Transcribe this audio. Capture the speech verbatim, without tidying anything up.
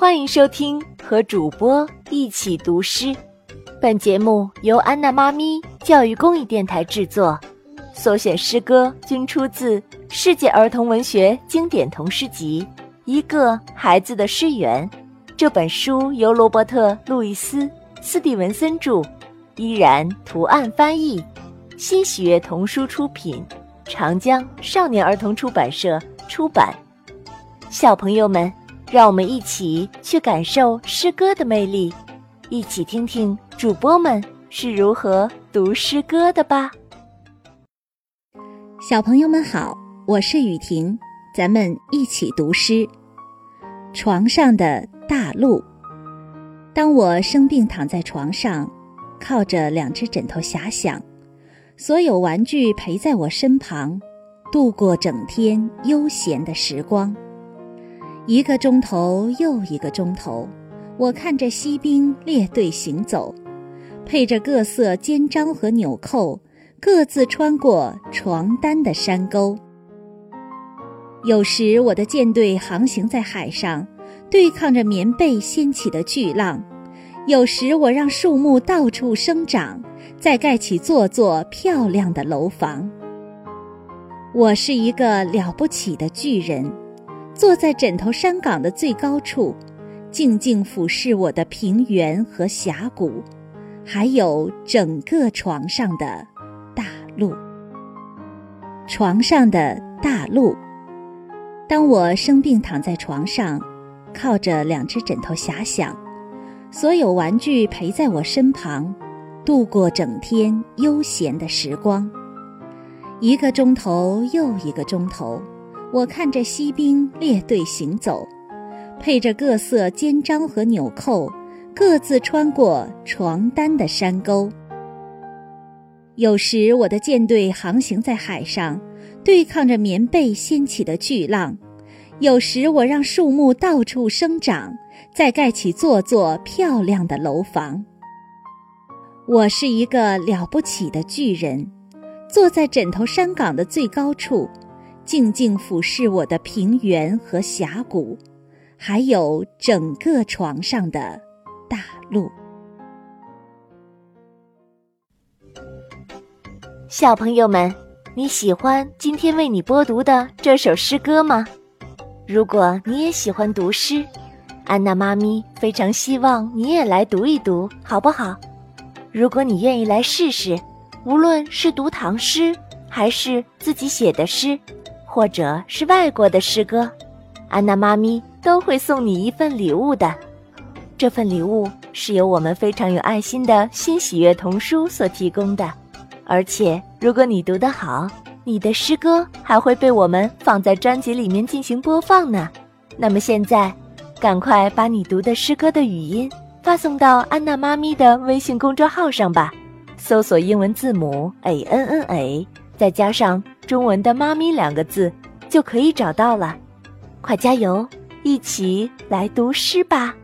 欢迎收听和主播一起读诗。本节目由安娜妈咪教育公益电台制作，所选诗歌均出自《世界儿童文学经典童诗集》一个孩子的诗园。这本书由罗伯特·路易斯·斯蒂文森著，依然图案翻译，新喜悦童书出品，长江少年儿童出版社出版。小朋友们，让我们一起去感受诗歌的魅力，一起听听主播们是如何读诗歌的吧。 小朋友们好，我是雨婷，咱们一起读诗。床上的大陆。当我生病躺在床上，靠着两只枕头遐想，所有玩具陪在我身旁，度过整天悠闲的时光。一个钟头又一个钟头，我看着锡兵列队行走，配着各色肩章和纽扣，各自穿过床单的山沟。有时我的舰队航行在海上，对抗着棉被掀起的巨浪；有时我让树木到处生长，再盖起座座漂亮的楼房。我是一个了不起的巨人，坐在枕头山岗的最高处，静静俯视我的平原和峡谷，还有整个床上的大陆。床上的大陆。当我生病躺在床上，靠着两只枕头遐想，所有玩具陪在我身旁，度过整天悠闲的时光。一个钟头又一个钟头，我看着锡兵列队行走，配着各色肩章和纽扣，各自穿过床单的山沟。有时我的舰队航行在海上，对抗着棉被掀起的巨浪；有时我让树木到处生长，再盖起座座漂亮的楼房。我是一个了不起的巨人，坐在枕头山岗的最高处，静静俯视我的平原和峡谷，还有整个床上的大陆。 小朋友们，你喜欢今天为你播读的这首诗歌吗？如果你也喜欢读诗，安娜妈咪非常希望你也来读一读，好不好？如果你愿意来试试，无论是读唐诗，还是自己写的诗，或者是外国的诗歌，安娜妈咪都会送你一份礼物的。这份礼物是由我们非常有爱心的新喜悦童书所提供的，而且如果你读得好，你的诗歌还会被我们放在专辑里面进行播放呢。那么现在赶快把你读的诗歌的语音发送到安娜妈咪的微信公众号上吧，搜索英文字母 A N N A 再加上中文的妈咪两个字就可以找到了。快加油，一起来读诗吧。